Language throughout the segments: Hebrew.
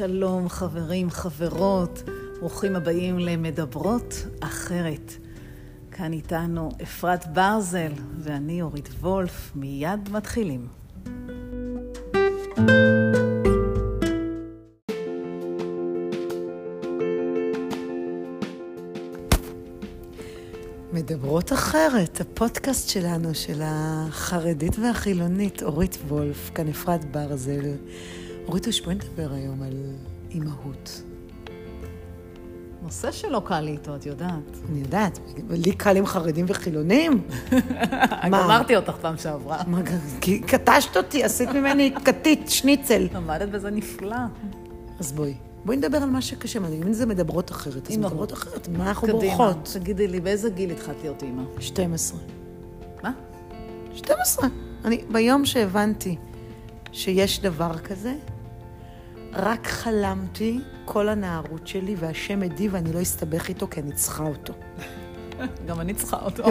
שלום חברים, חברות, ברוכים הבאים למדברות אחרת. כאן איתנו אפרת ברזל ואני אורית וולף, מיד מתחילים. מדברות אחרת, הפודקאסט שלנו, של החרדית והחילונית, אורית וולף, כאן אפרת ברזל. אורית, בואי נדבר היום על אימהות. נושא שלא קל לי איתו, את יודעת. אני יודעת, לי קל עם חרדים וחילונים. אמרתי אותך פעם שעברה. כי קטשת אותי, עשית ממני קטית, שניצל. עמדת בזה נפלא. אז בואי נדבר על מה שקשה. אם זה מדברות אחרת, אז מדברות אחרת. מה אנחנו בורחות? תגידי לי, באיזה גיל התחלת להיות אימא? 12. מה? 12. ביום שהבנתי שיש דבר כזה, רק חלמתי כל הנערות שלי, והשם עדי, ואני לא אסתבך איתו, כי אני צריכה אותו. גם אני צריכה אותו.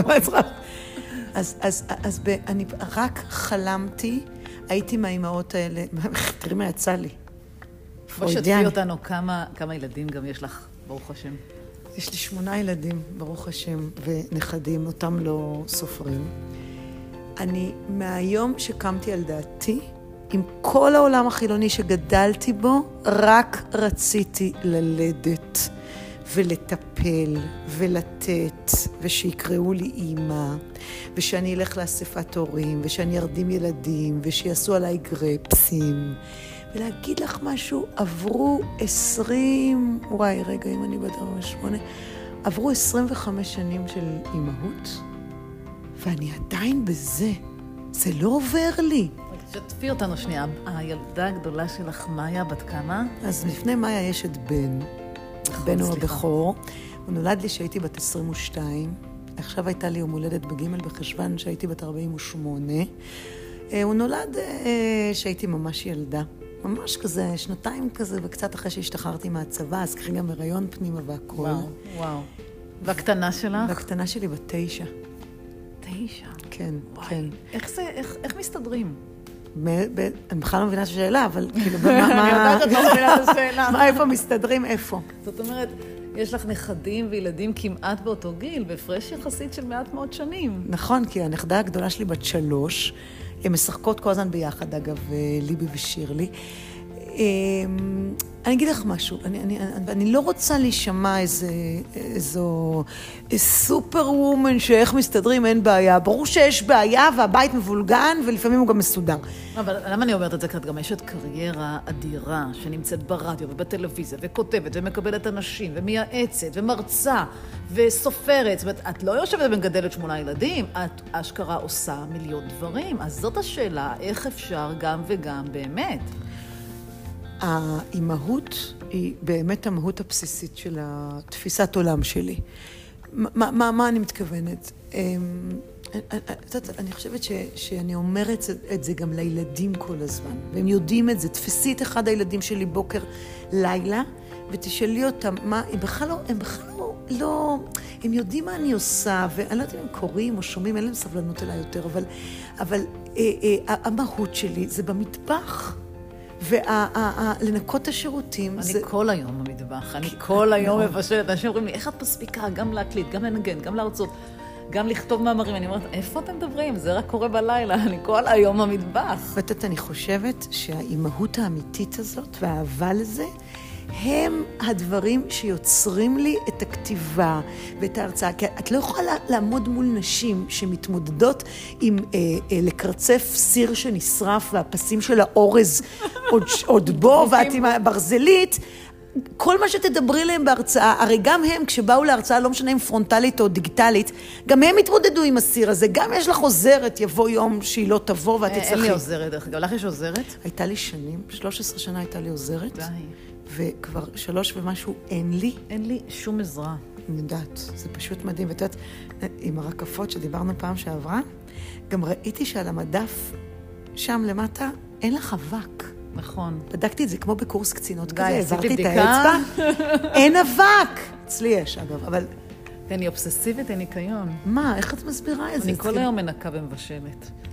אז אני רק חלמתי, הייתי מהאימהות האלה, תראי מה יצא לי. בוא שתפי אותנו, כמה ילדים גם יש לך, ברוך השם? יש לי 8 ילדים, ברוך השם, ונכדים, אותם לא סופרים. אני, מהיום שקמתי על דעתי, עם כל העולם החילוני שגדלתי בו, רק רציתי ללדת ולטפל ולתת, ושיקראו לי אימא, ושאני אלך לאספת הורים, ושאני ארדים ילדים, ושיעשו עליי גרפסים. ולהגיד לך משהו, עברו 20, רגע, אם אני בת 48, עברו 25 שנים של אימהות, ואני עדיין בזה. זה לא עובר לי. שתפי אותנו שנייה, הילדה הגדולה שלך, מאיה, בת כמה? אז לפני מאיה יש את בן הוא הבכור. הוא נולד לי שהייתי בת 22, עכשיו הייתה לי יום הולדת בג' בחשוון שהייתי בת 48. הוא נולד שהייתי ממש ילדה. ממש כזה, 2 כזה, וקצת אחרי שהשתחררתי מהצבא, אז ככה גם הריון פנימה והכל. וואו. והקטנה שלך? והקטנה שלי בת 9. 9? כן, וואי. כן. איך מסתדרים? אני בכלל לא מבינה את השאלה, אבל כאילו, אני יודעת את לא מבינה את השאלה. מה, איפה מסתדרים? איפה? זאת אומרת, יש לך נכדים וילדים כמעט באותו גיל, בהפרש יחסית של מעט מאוד שנים. נכון, כי הנכדה הגדולה שלי בת 3, הן משחקות כל הזמן ביחד, אגב, ליבי ושירלי. אני אגיד לך משהו, אני לא רוצה להישמע איזו סופר וומן שאיך מסתדרים, אין בעיה. ברור שיש בעיה והבית מבולגן ולפעמים הוא גם מסודר. אבל למה אני אומרת את זה? כי את גם יש את קריירה אדירה שנמצאת ברדיו ובטלוויזיה וכותבת ומקבלת אנשים ומייעצת ומרצה וסופרת. זאת אומרת, את לא יושבת ומגדלת 8 ילדים, את אשכרה עושה מיליון דברים. אז זאת השאלה, איך אפשר גם וגם באמת? האימהות היא באמת המהות הבסיסית של התפיסת עולם שלי. מה אני מתכוונת? אני חושבת שאני אומרת את זה גם לילדים כל הזמן, והם יודעים את זה. תפסי את אחד הילדים שלי בוקר לילה, ותשאלי אותם מה, הם בכלל לא, הם יודעים מה אני עושה, ואני לא יודעת אם הם קוראים או שומעים, אין להם סבלנות אליי יותר, אבל המהות שלי זה במטבח. ולנקות את השירותים. אני כל היום במטבח, אני כל היום מבשלת. אנשים אומרים לי, איך את מספיקה גם להקליט, גם לנגן, גם להרצות, גם לכתוב מאמרים? אני אומרת, איפה אתם מדברים? זה רק קורה בלילה, אני כל היום במטבח. אני חושבת שהאימהות האמיתית הזאת והאהבה לזה, הם הדברים שיוצרים לי את הכתיבה ואת ההרצאה. כי את לא יכולה לעמוד מול נשים שמתמודדות עם לקרצף סיר שנשרף והפסים של האורז עוד בו, ואת עם הברזלית. כל מה שתדברי להם בהרצאה, הרי גם הם כשבאו להרצאה, לא משנה אם פרונטלית או דיגיטלית, גם הם התמודדו עם הסיר הזה. גם יש לך עוזרת, יבוא יום שהיא לא תבוא ואת תצטרכי. אין לי עוזרת, דרך אגב. לך יש עוזרת? הייתה לי שנים, 13 שנה הייתה לי עוזרת. די. וכבר 3 ומשהו אין לי. אין לי שום עזרה. אני יודעת, זה פשוט מדהים. ואת יודעת, עם הרקפות שדיברנו פעם שעברה, גם ראיתי שעל המדף שם למטה אין לך אבק. נכון. בדקתי את זה כמו בקורס קצינות כזה, עשיתי את האצבע. אין אבק! אצלי יש אגב, אבל... אני אובססיבית, אין ניקיון. מה? איך את מסבירה את זה? אני כל היום מנקה ומבשלת.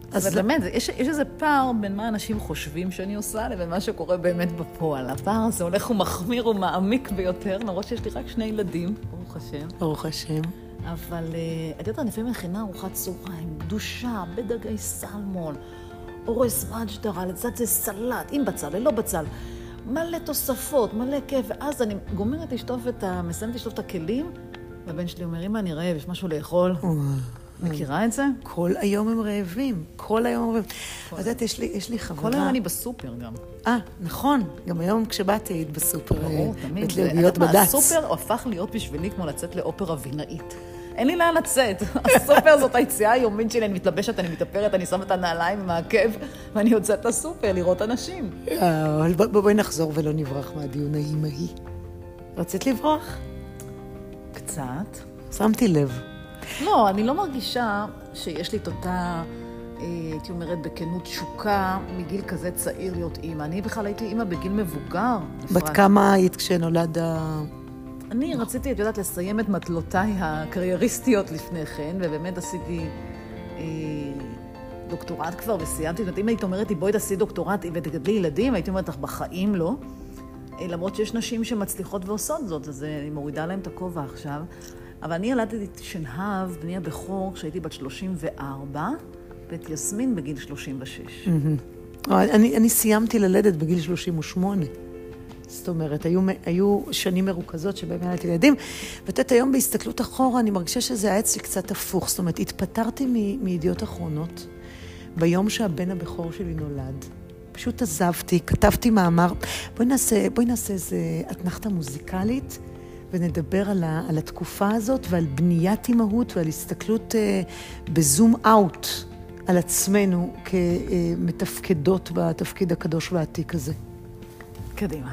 אז באמת, יש איזה פער בין מה אנשים חושבים שאני עושה לבין מה שקורה באמת בפועל. הפער הזה הולך ומחמיר ומעמיק ביותר, למרות שיש לי רק 2 ילדים, ברוך השם. ברוך השם. אבל את יודעת, אני לפעמים מכינה ארוחת צהריים, דושה, בדגי סלמון, אורז מג'דרה, לצד זה סלט, עם בצל, ללא בצל. מלא תוספות, מלא כיף, ואז אני גומרת מסיימת לשטוף את הכלים, והבן שלי אומר, אמא, אני רעב, יש משהו לאכול. מכירה את זה? כל היום הם רעבים, כל היום הם רעבים. את יודעת, יש לי חברה... כל היום אני בסופר גם. נכון. גם היום כשבאתי היית בסופר. ברור, תמיד. להיות בדץ. הסופר הפך להיות בשבילי כמו לצאת לאופרה וינאית. אין לי לאן לצאת. הסופר זאת היציאה היומית שלי, אני מתלבשת, אני מתאפרת, אני שמה את הנעליים עם העקב, ואני יוצאת לסופר לראות אנשים. אבל בואי נחזור ולא נברח מהדיון האימהי. רצית לברוח? קצת. שמתי לב. לא, אני לא מרגישה שיש לי את אותה, הייתי אומרת, בכנות תשוקה, מגיל כזה צעיר להיות אימא. אני בכלל הייתי אימא בגיל מבוגר. בת כמה היית כשנולד אני רציתי, את יודעת, לסיים את מטלותיי הקרייריסטיות לפני כן, ובאמת עשיתי דוקטורט כבר וסיימתי. זאת אומרת, אם היית אומרת לי, בואי תעשי דוקטורט ותגדלי ילדים, הייתי אומרת לך, בחיים לא. למרות שיש נשים שמצליחות ועושות זאת, אז אני מורידה להם את הכובע עכשיו. אבל אני ילדתי את שנהב, בני הבכור, כשהייתי בת 34, ואת יסמין בגיל 36. אני סיימתי ללדת בגיל 38. זאת אומרת, היו שנים מרוכזות שבהם ילדתי ילדים, ואת היום בהסתכלות אחורה, אני מרגישה שזה היה אצלי קצת הפוך. זאת אומרת, התפטרתי מידיעות אחרונות, ביום שהבן הבכור שלי נולד. פשוט עזבתי, כתבתי מאמר. בואי נעשה איזה אתנחתה מוזיקלית, ונדבר על התקופה הזאת ועל בניית אימהות ועל הסתכלות בזום אאוט על עצמנו כמתפקדות בתפקיד הקדוש והעתיק הזה. קדימה.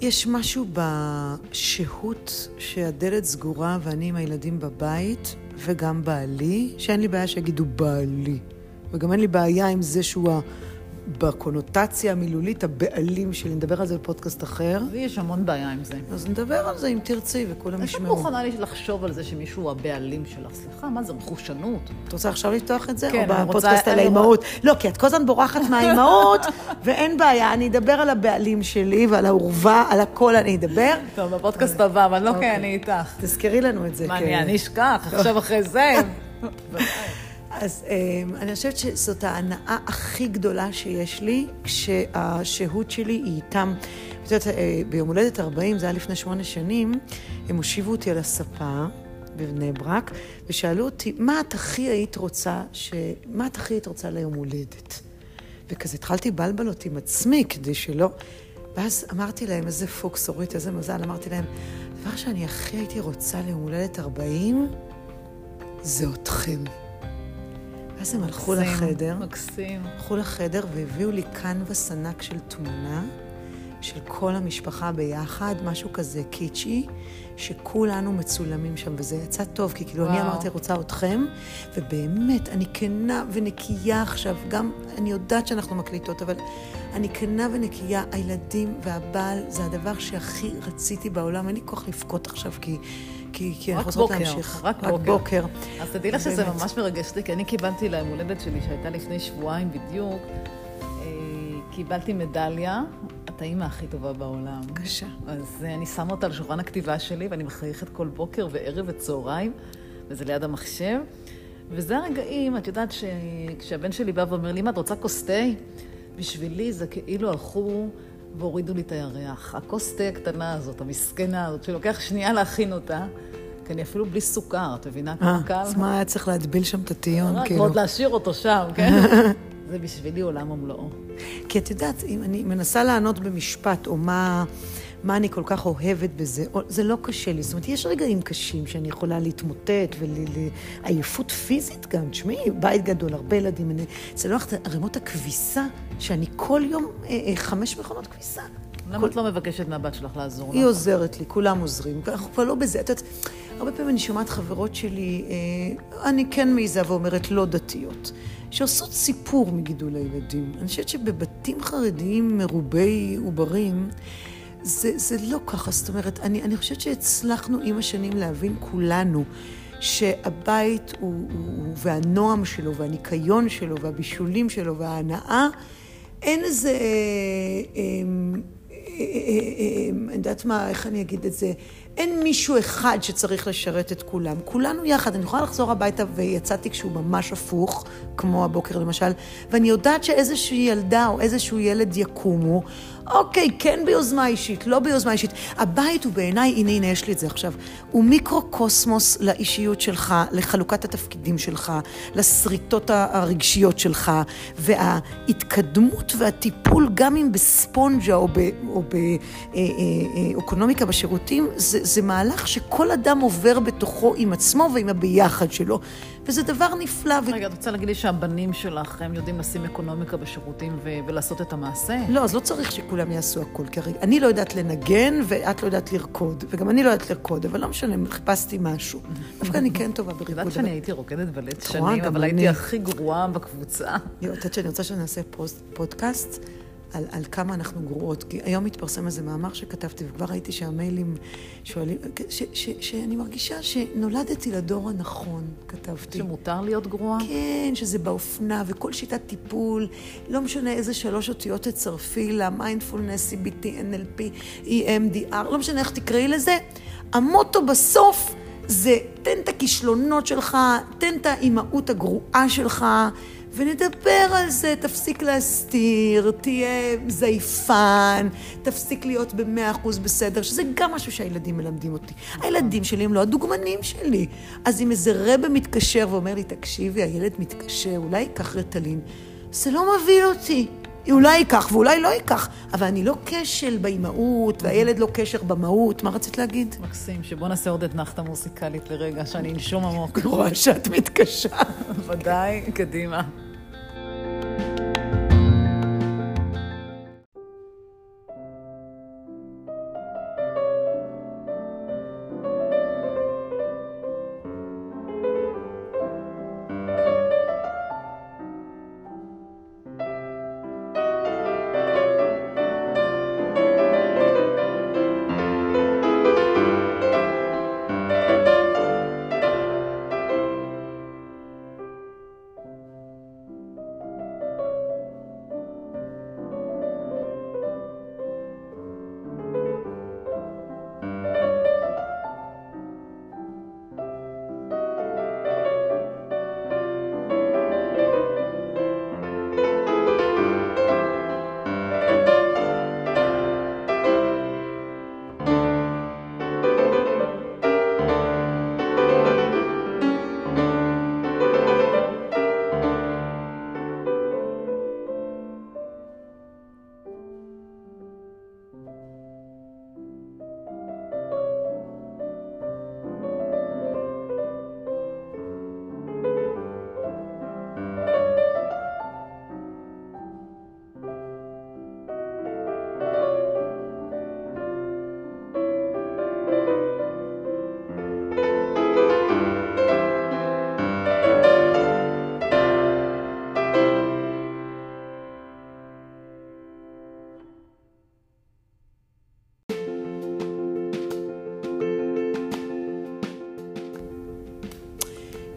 יש משהו בשהות שהדלת סגורה ואני עם הילדים בבית, וגם בעלי, שאין לי בעיה שיגידו בעלי. וגם אין לי בעיה עם זה שהוא בקונוטציה המילולית, הבעלים שלי. נדבר על זה בפודקאסט אחר. ויש המון בעיה עם זה. אז נדבר על זה אם תרצי וכולם ישמעו. איך את מוכנה לחשוב על זה שמישהו הוא הבעלים שלך? סליחה, מה זה רכושנות? את רוצה עכשיו לפתוח את זה? כן, או בפודקאסט על האימהות? לא, כי את כל הזמן בורחת מהאימהות, ואין בעיה, אני אדבר על הבעלים שלי ועל העורבה, על הכל אני אדבר. טוב, בפודקאסט הבא, אבל לא כי אני איתך. תזכרי לנו את זה. מה, אני אשכח, עכשיו אחרי זה. אז אני חושבת שזאת ההנאה הכי גדולה שיש לי, כשהשהות שלי היא איתם. את יודעת, ביום הולדת 40, זה היה לפני 8 שנים, הם הושיבו אותי על הספה בבני ברק, ושאלו אותי, מה את הכי היית רוצה ליום הולדת? וכזה התחלתי בלבלות עם עצמי, כדי שלא... ואז אמרתי להם, איזה פוקס, אורית, איזה מזל, אמרתי להם, הדבר שאני הכי הייתי רוצה ליום הולדת 40, זה אתכם. אז הם הלכו לחדר, הלכו לחדר והביאו לי קנבס ענק של תמונה של כל המשפחה ביחד, משהו כזה קיצ'י, שכולנו מצולמים שם, וזה יצא טוב, כי כאילו אני אמרתי רוצה אתכם, ובאמת אני כנה ונקייה עכשיו, גם אני יודעת שאנחנו מקליטות, אבל אני כנה ונקייה, הילדים והבעל זה הדבר שהכי רציתי בעולם, אין לי כוח לבכות עכשיו, כי אנחנו רוצות להמשיך. רק בוקר. אז תדעי לך שזה ממש מרגש לי, כי אני קיבלתי ליום הולדת שלי, שהייתה לפני שבועיים בדיוק, קיבלתי מדליה, את האמא הכי טובה בעולם. בבקשה. אז אני שמה אותה על שולחן הכתיבה שלי, ואני מחייכת כל בוקר וערב וצהריים, וזה ליד המחשב. וזה הרגעים, את יודעת שכשהבן שלי בא ואומר לי, אמא, את רוצה כוס תה? בשבילי זה כאילו הלכו והורידו לי את הירח. הכוס תה הקטנה הזאת, המסכנה הזאת, שלוקח שנייה להכין אותה, כי אני אפילו בלי סוכר, את מבינה כמה קל? אז מה היה צריך להדביל שם את הטיון, רק כאילו? עוד להשאיר אותו שם, כן? זה בשבילי עולם ומלואו. כי את יודעת, אם אני מנסה לענות במשפט, או מה אני כל כך אוהבת בזה, זה לא קשה לי. זאת אומרת, יש רגעים קשים שאני יכולה להתמוטט, ועייפות פיזית גם. תשמעי, בית גדול, הרבה ילדים. זה לא הרמות הכביסה, שאני כל יום 5 מכונות כביסה. למה את לא מבקשת מהבת שלך לעזור לך? היא עוזרת לי, כולם עוזרים. אנחנו כבר לא בזה. את יודעת, הרבה פעמים אני שומעת חברות שלי, אני כן מעיזה ואומרת לא דתיות, שעושות סיפור מגידול הילדים. אני חושבת שבבתים חרדיים מרובי עוברים, זה לא ככה. זאת אומרת, אני חושבת שהצלחנו עם השנים להבין כולנו, שהבית והנועם שלו, והניקיון שלו, והבישולים שלו, וההנאה, אין איזה... אני יודעת מה, איך אני אגיד את זה, אין מישהו אחד שצריך לשרת את כולם. כולנו יחד. אני יכולה לחזור הביתה ויצאתי כשהוא ממש הפוך, כמו הבוקר למשל, ואני יודעת שאיזושהי ילדה או איזשהו ילד יקומו, אוקיי, כן ביוזמה אישית, לא ביוזמה אישית. הבית הוא בעיניי, הנה, יש לי את זה עכשיו, הוא מיקרו-קוסמוס לאישיות שלך, לחלוקת התפקידים שלך, לסריטות הרגשיות שלך, וההתקדמות והטיפול, גם אם בספונג'ה או באקונומיקה בשירותים, זה מהלך שכל אדם עובר בתוכו עם עצמו ועם הביחד שלו. וזה דבר נפלא. רגע, את רוצה להגיד לי שהבנים שלך, הם יודעים לשים אקונומיקה בשירותים ולעשות את המעשה? לא, אז לא צריך שכולם יעשו הכל. כי אני לא יודעת לנגן, ואת לא יודעת לרקוד. וגם אני לא יודעת לרקוד, אבל לא משנה, חיפשתי משהו. דווקא אני כן טובה בריקוד. יודעת שאני הייתי רוקדת בלט שנים, אבל הייתי הכי גרועה בקבוצה. יודעת שאני רוצה שנעשה פודקאסט על כמה אנחנו גרועות. כי היום מתפרסם איזה מאמר שכתבתי, וכבר ראיתי שהמיילים שואלים, שאני מרגישה שנולדתי לדור הנכון, כתבתי. שמותר להיות גרועה? כן, שזה באופנה, וכל שיטת טיפול, לא משנה איזה 3 אותיות תצרפי לה, מיינדפולנס, CBT, NLP, EMDR, לא משנה איך תקראי לזה. המוטו בסוף זה תן את הכישלונות שלך, תן את האימהות הגרועה שלך, ונדבר על זה, תפסיק להסתיר, תהיה זייפן, תפסיק להיות ב100% בסדר, שזה גם משהו שהילדים מלמדים אותי. הילדים שלי הם לא הדוגמנים שלי. אז אם איזה רבא מתקשר ואומר לי, תקשיבי, הילד מתקשר, אולי ייקח רטלין, זה לא מביא אותי. אולי ייקח ואולי לא ייקח, אבל אני לא כשל באימהות, והילד לא קשר במהות. מה רצית להגיד? מקסים, שבוא נעשה עוד אתנחתה מוזיקלית לרגע, שאני אנשום עמוק. אני רואה שאת מתקשה. ודאי, קדימה.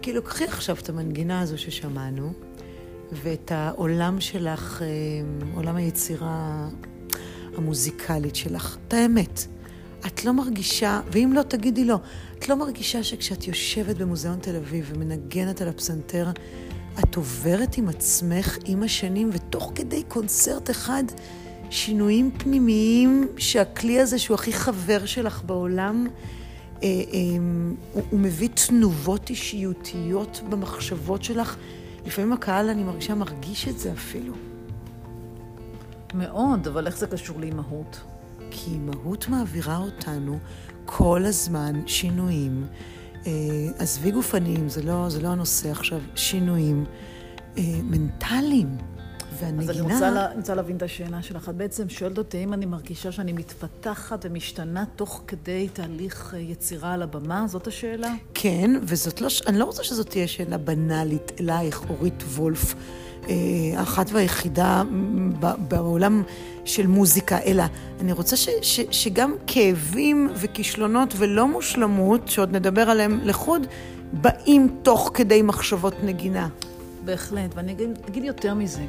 כאילו, קחי עכשיו את המנגינה הזו ששמענו, ואת העולם שלך, עולם היצירה המוזיקלית שלך. את האמת, את לא מרגישה, ואם לא תגידי לא, את לא מרגישה שכשאת יושבת במוזיאון תל אביב ומנגנת על הפסנתר, את עוברת עם עצמך עם השנים, ותוך כדי קונצרט אחד, שינויים פנימיים שהכלי הזה שהוא הכי חבר שלך בעולם, הוא מביא תנובות אישיותיות במחשבות שלך. לפעמים הקהל, אני מרגישה, מרגיש את זה אפילו. מאוד, אבל איך זה קשור לאימהות? כי אימהות מעבירה אותנו כל הזמן שינויים. עזבי גופניים, זה לא הנושא עכשיו, שינויים מנטליים. אז אני רוצה להבין את השאלה שלך. את בעצם שואלת אותי אם אני מרגישה שאני מתפתחת ומשתנה תוך כדי תהליך יצירה על הבמה, זאת השאלה? כן, אני לא רוצה שזאת תהיה שאלה בנאלית אלייך, אורית וולף, האחת והיחידה בעולם של מוזיקה, אלא אני רוצה שגם כאבים וכישלונות ולא מושלמות, שעוד נדבר עליהם לחוד, באים תוך כדי מחשבות נגינה. בהחלט, ואני אגיד יותר מזה.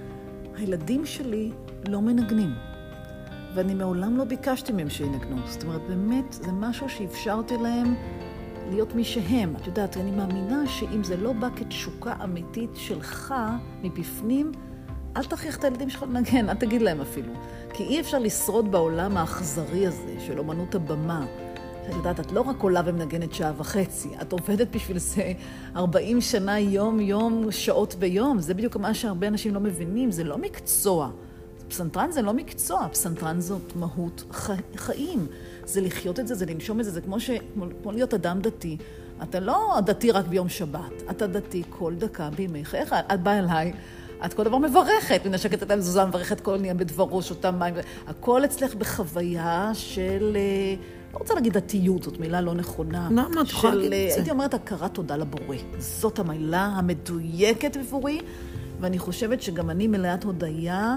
הילדים שלי לא מנגנים, ואני מעולם לא ביקשתי מהם שינגנו. זאת אומרת, באמת, זה משהו שאפשרתי להם להיות מי שהם. את יודעת, אני מאמינה שאם זה לא בא כתשוקה אמיתית שלך מבפנים, אל תכריח את הילדים שלך לנגן, אל תגיד להם אפילו. כי אי אפשר לשרוד בעולם האכזרי הזה של אומנות הבמה. את יודעת, את לא רק עולה ומנגנת שעה וחצי, את עובדת בשביל זה 40 שנה יום, שעות ביום. זה בדיוק מה שהרבה אנשים לא מבינים, זה לא מקצוע. פסנתרן זה לא מקצוע, פסנתרן זאת מהות חיים. זה לחיות את זה, זה לנשום את זה, זה כמו להיות אדם דתי. אתה לא דתי רק ביום שבת, אתה דתי כל דקה בימי חייך. את באה אליי, את כל דבר מברכת, מנשקת את המזוזה, מברכת כל נהיה בדברו, שותה מים. הכל אצלך בחוויה של... לא רוצה להגיד דתיות, זאת מילה לא נכונה. לא, תוכל להגיד את זה. הייתי אומרת, הכרת תודה לבורא. זאת המילה המדויקת עבורי, ואני חושבת שגם אני מלאת הודיה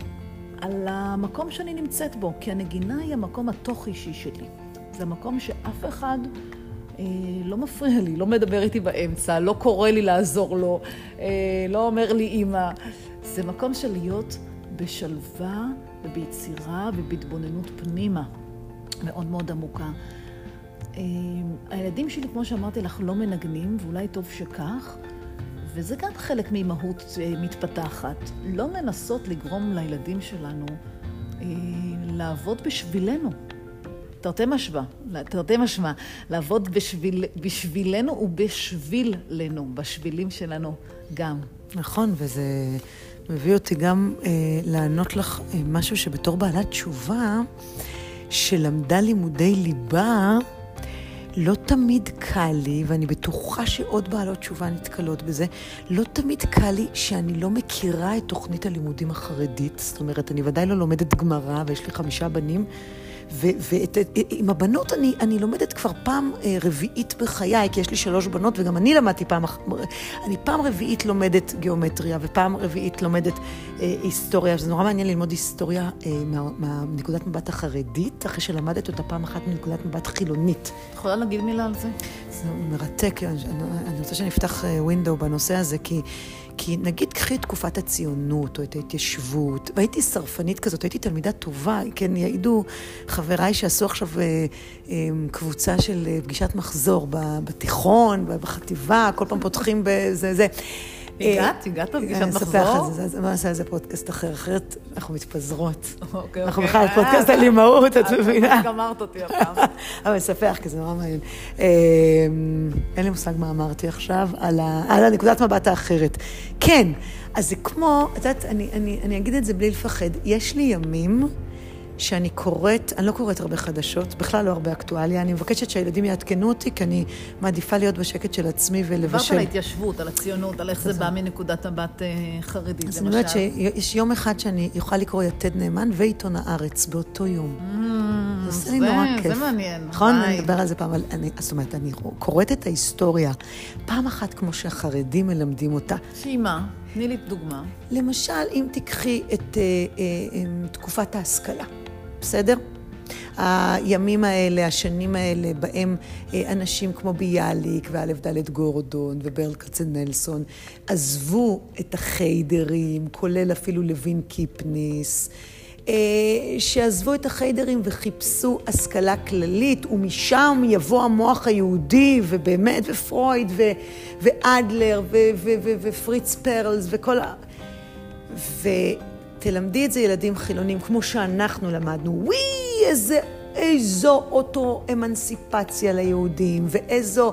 על המקום שאני נמצאת בו, כי הנגינה היא המקום התוך אישי שלי. זה המקום שאף אחד לא מפריע לי, לא מדבר איתי באמצע, לא קורא לי לעזור לו, לא אומר לי אמא. זה מקום של להיות בשלווה וביצירה ובהתבוננות פנימה. מאוד מאוד עמוקה. הילדים שלי, כמו שאמרתי לך, לא מנגנים, ואולי טוב שכך, וזה גם חלק מאימהות מתפתחת. לא מנסות לגרום לילדים שלנו לעבוד בשבילנו. תרתי משמע, לעבוד בשבילנו ובשבילנו, בשבילים שלנו גם. נכון, וזה מביא אותי גם לענות לך משהו שבתור בעלת תשובה, שלמדה לימודי ליבה, לא תמיד קל לי, ואני בטוחה שעוד בעלות תשובה נתקלות בזה, לא תמיד קל לי שאני לא מכירה את תוכנית הלימודים החרדית. זאת אומרת, אני ודאי לא לומדת גמרא, ויש לי 5 בנים, ועם הבנות אני לומדת כבר פעם רביעית בחיי, כי יש לי 3 בנות, וגם אני למדתי אני פעם רביעית לומדת גיאומטריה, ופעם רביעית לומדת היסטוריה, שזה נורא מעניין ללמוד היסטוריה מנקודת מבט החרדית, אחרי שלמדת אותה פעם אחת מנקודת מבט חילונית. יכולה להגיד מילה על זה? זה מרתק, אני רוצה שנפתח ווינדו בנושא הזה, כי נגיד קחי את תקופת הציונות או את ההתיישבות, והייתי שרפנית כזאת, הייתי תלמידה טובה, כן, יעידו חבריי שעשו עכשיו קבוצה של פגישת מחזור בתיכון, בחטיבה, כל פעם פותחים בזה. הגעת לפגישת מחזור? אספר לך את זה, נעשה איזה פודקאסט אחרת אנחנו מתפזרות. אנחנו בכלל פודקאסט על אימהות, את מבינה? את גמרת אותי הפעם. אבל אספר לך, כי זה נורא מעניין. אין לי מושג מה אמרתי עכשיו, על הנקודת מבט האחרת. כן, אז זה כמו, את יודעת, אני אגיד את זה בלי לפחד, יש לי ימים שאני קוראת, אני לא קוראת הרבה חדשות, בכלל לא הרבה אקטואליה, אני מבקשת שהילדים יעדכנו אותי, כי אני מעדיפה להיות בשקט של עצמי ולבשל. דיברת על ההתיישבות, על הציונות, על איך זה בא מנקודת מבט חרדית, למשל. אז אני אומרת שיש יום אחד שאני אוכל לקרוא יתד נאמן ועיתון הארץ באותו יום. זה עושה לי נורא כיף. זה מעניין. נכון, אני אדבר על זה פעם, אבל זאת אומרת, אני קוראת את ההיסטוריה, פעם אחת כמו שהחרדים מלמדים אותה. שהיא מה? תני לי דוגמה. למשל, אם תיקחי את תקופת ההשכלה. בסדר? הימים האלה, השנים האלה, בהם אנשים כמו ביאליק ואלף דלת גורדון וברל כצנלסון עזבו את החיידרים, כולל אפילו לוין קיפניס, שעזבו את החיידרים וחיפשו השכלה כללית, ומשם יבוא המוח היהודי, ובאמת, ופרויד, ואדלר, ופריץ פרלס, וכל ותלמדי את זה ילדים חילונים, כמו שאנחנו למדנו, איזו אוטו-אמנסיפציה ליהודים, ואיזו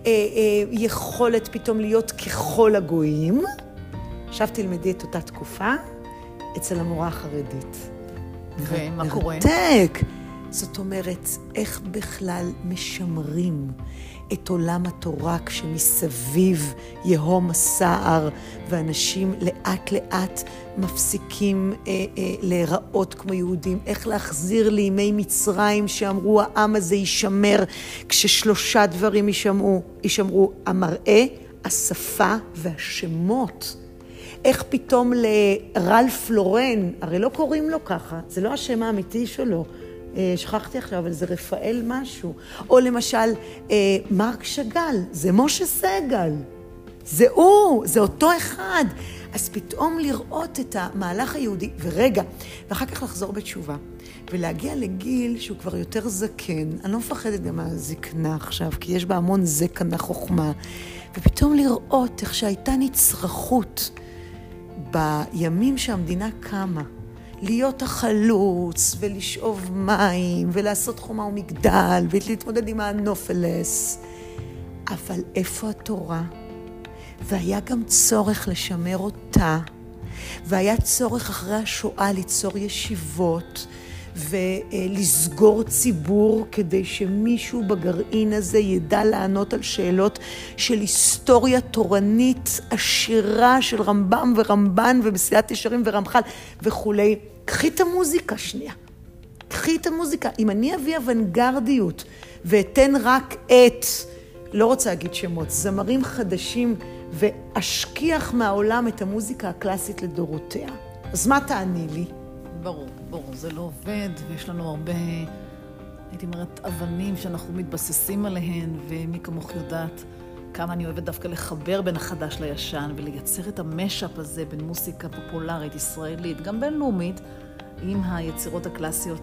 יכולת פתאום להיות ככל הגויים. עכשיו תלמדי את אותה תקופה אצל המורה החרדית. ומה קורה? מרתק. זאת אומרת, איך בכלל משמרים את עולם התורה כשמסביב יהום הסער, ואנשים לאט לאט מפסיקים להיראות כמו יהודים. איך להחזיר לימי מצרים שאמרו העם הזה יישמר, כששלושה דברים יישמרו, המראה, השפה והשמות. איך פתאום לרלף לורן, הרי לא קוראים לו ככה, זה לא השם האמיתי שלו, שכחתי עכשיו, אבל זה רפאל משהו. או למשל, מרק שגל, זה משה סגל. זה הוא, זה אותו אחד. אז פתאום לראות את המהלך היהודי, ורגע, ואחר כך לחזור בתשובה, ולהגיע לגיל שהוא כבר יותר זקן. אני לא מפחדת גם מהזקנה עכשיו, כי יש בה המון זקנה חוכמה. ופתאום לראות איך שהייתה נצרכות בימים שהמדינה קמה, להיות החלוץ ולשאוב מים ולעשות חומה ומגדל ולהתמודד עם הנופלס. אבל איפה התורה? והיה גם צורך לשמר אותה, והיה צורך אחרי השואה ליצור ישיבות ולסגור ציבור כדי שמישהו בגרעין הזה ידע לענות על שאלות של היסטוריה תורנית עשירה של רמב"ם ורמב"ן ומסילת ישרים ורמח"ל וכולי. קחי את המוזיקה שנייה. קחי את המוזיקה. אם אני אביא אוונגרדיות ואתן רק לא רוצה להגיד שמות, זמרים חדשים ואשכיח מהעולם את המוזיקה הקלאסית לדורותיה, אז מה תעני לי? ברור, זה לא עובד, ויש לנו הרבה, הייתי אומרת, אבנים שאנחנו מתבססים עליהן, ומי כמוך יודעת כמה אני אוהבת דווקא לחבר בין החדש לישן, ולייצר את המשאפ הזה בין מוסיקה פופולרית, ישראלית, גם בינלאומית, עם היצירות הקלאסיות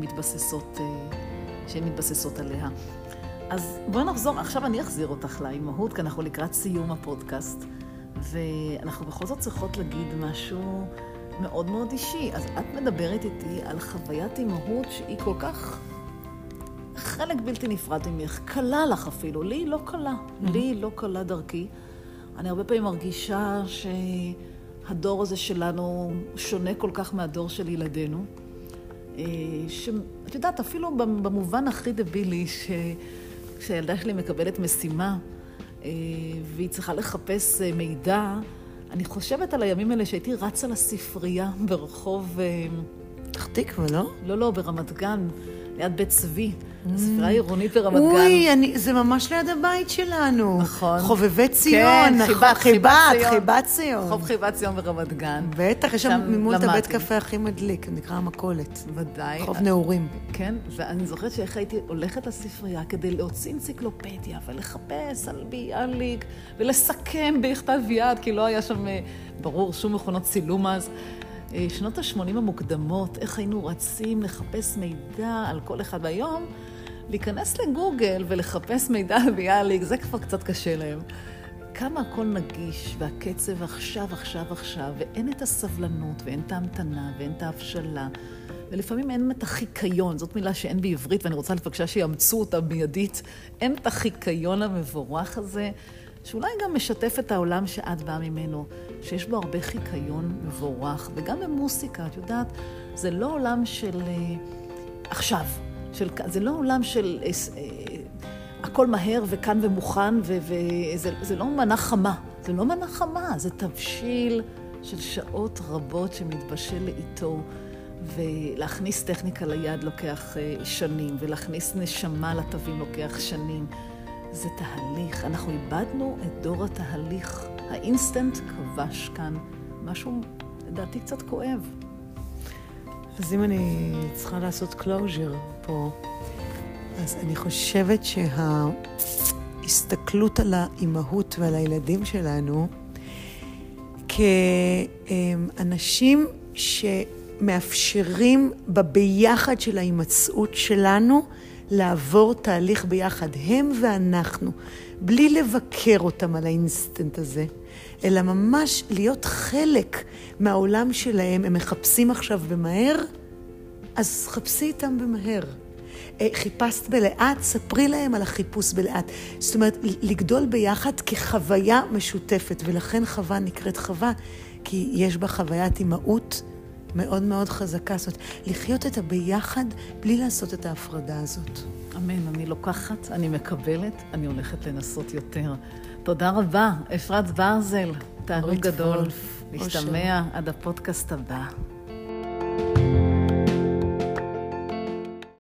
שמתבססות עליה. אז בואי נחזור, עכשיו אני אחזיר אותך לאימהות, כי אנחנו לקראת סיום הפודקאסט, ואנחנו בכל זאת צריכות להגיד משהו מאוד מאוד אישי. אז את מדברת איתי על חוויית אימהות שהיא כל כך חלק בלתי נפרד ממך, קלה לך אפילו, לי לא קלה, לי לא קלה דרכי. אני הרבה פעמים מרגישה שהדור הזה שלנו שונה כל כך מהדור של ילדינו, שאת יודעת, אפילו במובן הכי דבילי, כשהילדה שלי מקבלת משימה והיא צריכה לחפש מידע, אני חושבת על הימים האלה שהייתי רצה לספרייה ברחוב פתח תקווה, לא? לא, ברמת גן, ליד בית צבי. הספרייה העירונית ברמת גן. אוי, זה ממש ליד הבית שלנו. נכון. חובבי ציון. כן, חיבת ציון. רחוב חיבת ציון ברמת גן. בטח, יש שם ממול את הבית קפה הכי מדליק, נקרא המכולת. ודאי. רחוב נעורים. כן, ואני זוכרת שאיך הייתי הולכת לספרייה כדי להוציא אנציקלופדיה ולחפש על ביאליק ולסכם בכתב יד, כי לא היה שם, ברור, שום מכונות צילום אז. שנות ה-80 המוקדמות, איך היינו רצים לחפש מידע על כל אחד ביום, להיכנס לגוגל ולחפש מידע על ביאליק, זה כבר קצת קשה להם. כמה הכל נגיש, והקצב עכשיו, ואין את הסבלנות, ואין את ההמתנה, ואין את ההבשלה, ולפעמים אין את החיקיון, זאת מילה שאין בעברית, ואני רוצה לבקשה שיאמצו אותה מיידית, אין את החיקיון המבורך הזה, שאולי גם משתף את העולם שאת באה ממנו, שיש בו הרבה חיקיון מבורך, וגם במוסיקה, את יודעת, זה לא עולם של עכשיו, זה לא עולם של הכל מהר וכאן ומוכן, וזה לא מנה חמה, זה תבשיל של שעות רבות שמתבשל לאיתו, ולהכניס טכניקה ליד לוקח שנים, ולהכניס נשמה לתווים לוקח שנים. זה תהליך, אנחנו איבדנו את דור התהליך. האינסטנט כבש כאן משהו, לדעתי, קצת כואב. אז אם אני צריכה לעשות closure פה. אז אני חושבת שההסתכלות על האימהות ועל הילדים שלנו, כאנשים שמאפשרים בביחד של ההימצאות שלנו, לעבור תהליך ביחד, הם ואנחנו, בלי לבקר אותם על האינסטנט הזה, אלא ממש להיות חלק מהעולם שלהם. הם מחפשים עכשיו במהר, אז חפשי איתם במהר. חיפשת בלאט, ספרי להם על החיפוש בלאט. זאת אומרת, לגדול ביחד כחוויה משותפת, ולכן חווה נקראת חווה, כי יש בה חוויית אימהות מאוד מאוד חזקה. זאת אומרת, לחיות את הביחד בלי לעשות את ההפרדה הזאת. אמן, אני לוקחת, אני מקבלת, אני הולכת לנסות יותר. תודה רבה, אפרת ברזל, תענוג גדול. להשתמע עד הפודקאסט הבא.